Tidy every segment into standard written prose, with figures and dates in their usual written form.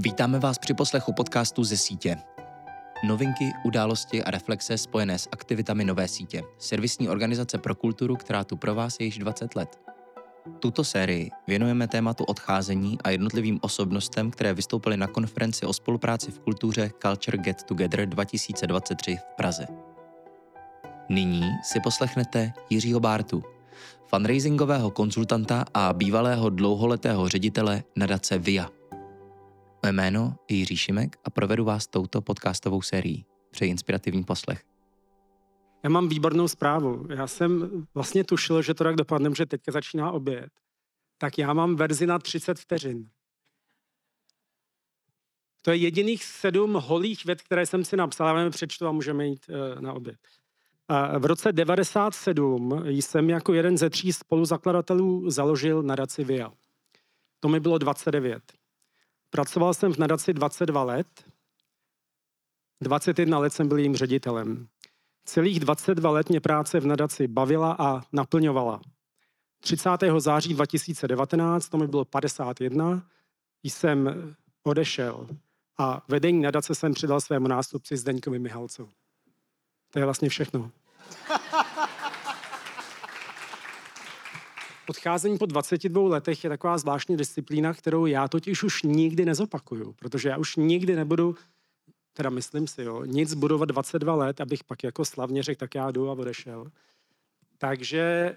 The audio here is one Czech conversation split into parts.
Vítáme vás při poslechu podcastu Ze sítě. Novinky, události a reflexe spojené s aktivitami Nové sítě, servisní organizace pro kulturu, která tu pro vás je již 20 let. Tuto sérii věnujeme tématu odcházení a jednotlivým osobnostem, které vystoupily na konferenci o spolupráci v kultuře Culture Get Together 2023 v Praze. Nyní si poslechnete Jiřího Bártu, fundraisingového konzultanta a bývalého dlouholetého ředitele nadace VIA. Mé jméno je Jiří Šimek a provedu vás touto podcastovou sérií. Přeji inspirativní poslech. Já mám výbornou zprávu. Já jsem vlastně tušil, že to tak dopadne, že teďka začíná oběd. Tak já mám verzi na 30 vteřin. To je jediných 7 holých vět, které jsem si napsal. Já vám přečtu a můžeme jít na oběd. V roce 1997 jsem jako jeden ze 3 spoluzakladatelů založil nadaci VIA. To mi bylo 29. Pracoval jsem v nadaci 22 let. 21 let jsem byl jejím ředitelem. Celých 22 let mě práce v nadaci bavila a naplňovala. 30. září 2019, to mi bylo 51, jsem odešel a vedení nadace jsem předal svému nástupci Zdeňkovi Mihalcu. To je vlastně všechno. Odcházení po 22 letech je taková zvláštní disciplína, kterou já totiž už nikdy nezopakuju, protože já už nikdy nebudu, teda myslím si, nic budovat 22 let, abych pak jako slavně řekl, tak já jdu a odešel. Takže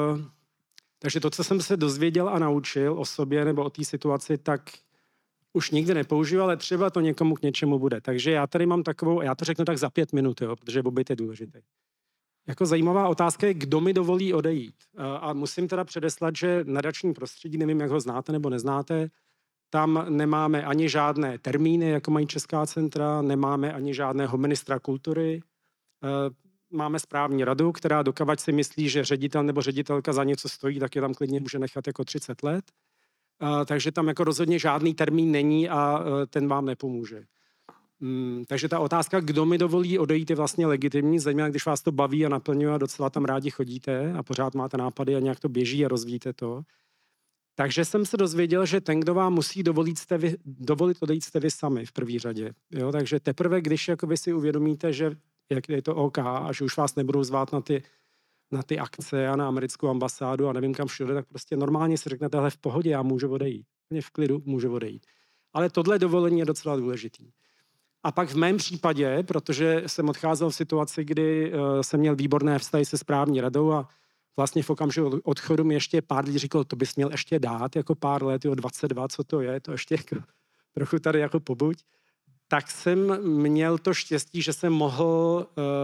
to, co jsem se dozvěděl a naučil o sobě nebo o té situaci, tak už nikdy nepoužiju, ale třeba to někomu k něčemu bude. Takže já tady mám takovou, já to řeknu tak za 5 minut, protože oběd je důležitý. Jako zajímavá otázka je, kdo mi dovolí odejít. A musím teda předeslat, že nadační prostředí, nevím, jak ho znáte nebo neznáte, tam nemáme ani žádné termíny, jako mají česká centra, nemáme ani žádného ministra kultury. Máme správní radu, která dokavať si myslí, že ředitel nebo ředitelka za něco stojí, tak je tam klidně může nechat jako 30 let. Takže tam jako rozhodně žádný termín není a ten vám nepomůže. Takže ta otázka, kdo mi dovolí odejít, je vlastně legitimní, zejména když vás to baví a naplňuje a docela tam rádi chodíte a pořád máte nápady a nějak to běží a rozvíjíte to. Takže jsem se dozvěděl, že ten, kdo vám musí dovolit odejít, jste vy sami v první řadě. Jo? Takže teprve, když jako vy si uvědomíte, že je to OK a že už vás nebudou zvát na ty akce a na americkou ambasádu a nevím kam všude, tak prostě normálně si řeknete, hele, v pohodě, já můžu odejít. V klidu můžu odejít. Ale tohle dovolení je docela důležitý. A pak v mém případě, protože jsem odcházel v situaci, kdy jsem měl výborné vztahy se správní radou a vlastně v okamžiku odchodu mi ještě pár lidí říkalo, to bys měl ještě dát, jako pár let, 22, co to je, to ještě jako, trochu tady jako pobuď. Tak jsem měl to štěstí, že jsem mohl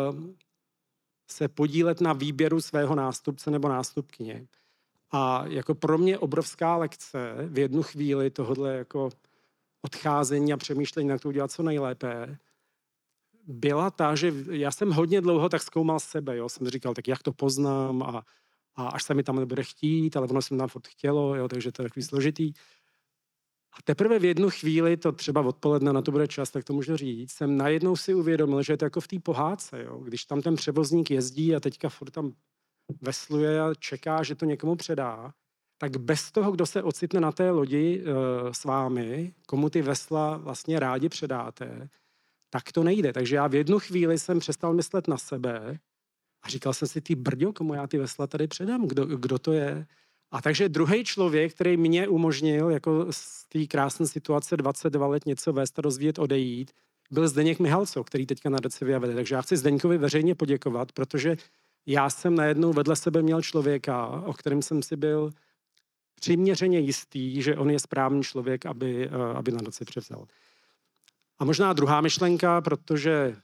se podílet na výběru svého nástupce nebo nástupkyně. A jako pro mě obrovská lekce v jednu chvíli tohodle jako odcházení a přemýšlení, jak to udělat co nejlépe, byla ta, že já jsem hodně dlouho tak zkoumal sebe, jsem říkal, tak jak to poznám a až se mi tam nebude chtít, ale ono se mi tam furt chtělo, takže to je takový složitý. A teprve v jednu chvíli, to třeba odpoledne, na to bude čas, tak to můžu říct, jsem najednou si uvědomil, že je to jako v té pohádce, když tam ten převozník jezdí a teďka furt tam vesluje a čeká, že to někomu předá, tak bez toho, kdo se ocitne na té lodi s vámi, komu ty vesla vlastně rádi předáte, tak to nejde. Takže já v jednu chvíli jsem přestal myslet na sebe a říkal jsem si, ty brďo, komu já ty vesla tady předám, kdo to je? A takže druhý člověk, který mě umožnil jako z té krásné situace 22 let něco vést a rozvíjet, odejít, byl Zdeněk Mihalco, který teďka na nadaci VIA vede. Takže já chci Zdeňkovi veřejně poděkovat, protože já jsem najednou vedle sebe měl člověka, o kterém jsem si byl přiměřeně jistý, že on je správný člověk, aby nadaci převzal. A možná druhá myšlenka, protože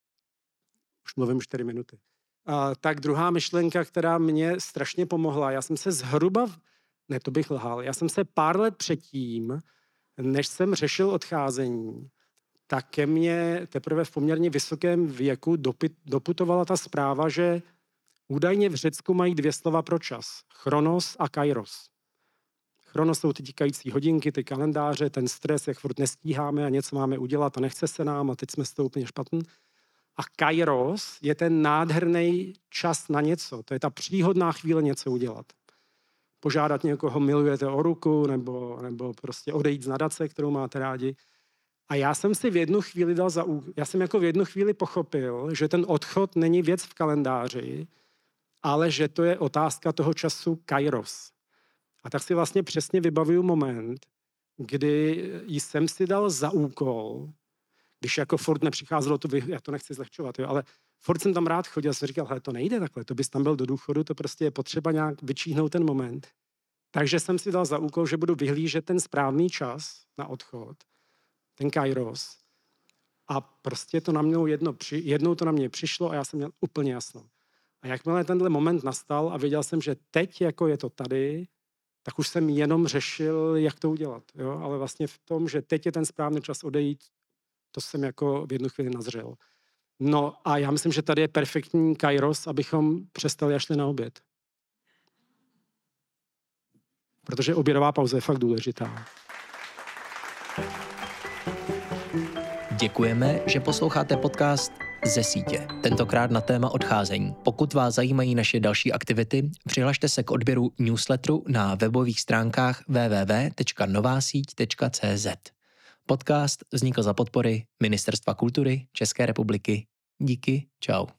už mluvím 4 minuty, tak druhá myšlenka, která mě strašně pomohla, já jsem se to bych lhal, já jsem se pár let předtím, než jsem řešil odcházení, tak ke mně teprve v poměrně vysokém věku doputovala ta zpráva, že údajně v Řecku mají 2 slova pro čas. Chronos a kairos. Chronos jsou ty tikající hodinky, ty kalendáře, ten stres, jak furt nestíháme a něco máme udělat a nechce se nám a teď jsme z toho úplně špatný. A kairos je ten nádherný čas na něco. To je ta příhodná chvíle něco udělat. Požádat někoho, milujete o ruku, nebo prostě odejít z nadace, kterou máte rádi. A já jsem si v jednu chvíli já jsem jako v jednu chvíli pochopil, že ten odchod není věc v kalendáři, ale že to je otázka toho času kairos. A tak si vlastně přesně vybavuju moment, kdy jsem si dal za úkol, když jako furt nepřicházelo to, já to nechci zlehčovat, jo, ale furt jsem tam rád chodil, jsem říkal, hele, to nejde takhle, to bys tam byl do důchodu, to prostě je potřeba nějak vyčíhnout ten moment. Takže jsem si dal za úkol, že budu vyhlížet ten správný čas na odchod, ten kairos. A prostě to na mě jednou to na mě přišlo a já jsem měl úplně jasno. A jakmile tenhle moment nastal a věděl jsem, že teď jako je to tady, tak už jsem jenom řešil, jak to udělat. Jo? Ale vlastně v tom, že teď je ten správný čas odejít, to jsem jako v jednu chvíli nazřel. No a já myslím, že tady je perfektní kairos, abychom přestali a šli na oběd. Protože obědová pauza je fakt důležitá. Děkujeme, že posloucháte podcast Ze sítě, tentokrát na téma odcházení. Pokud vás zajímají naše další aktivity, přihlašte se k odběru newsletteru na webových stránkách www.novasíť.cz. Podcast vznikl za podpory Ministerstva kultury České republiky. Díky, čau.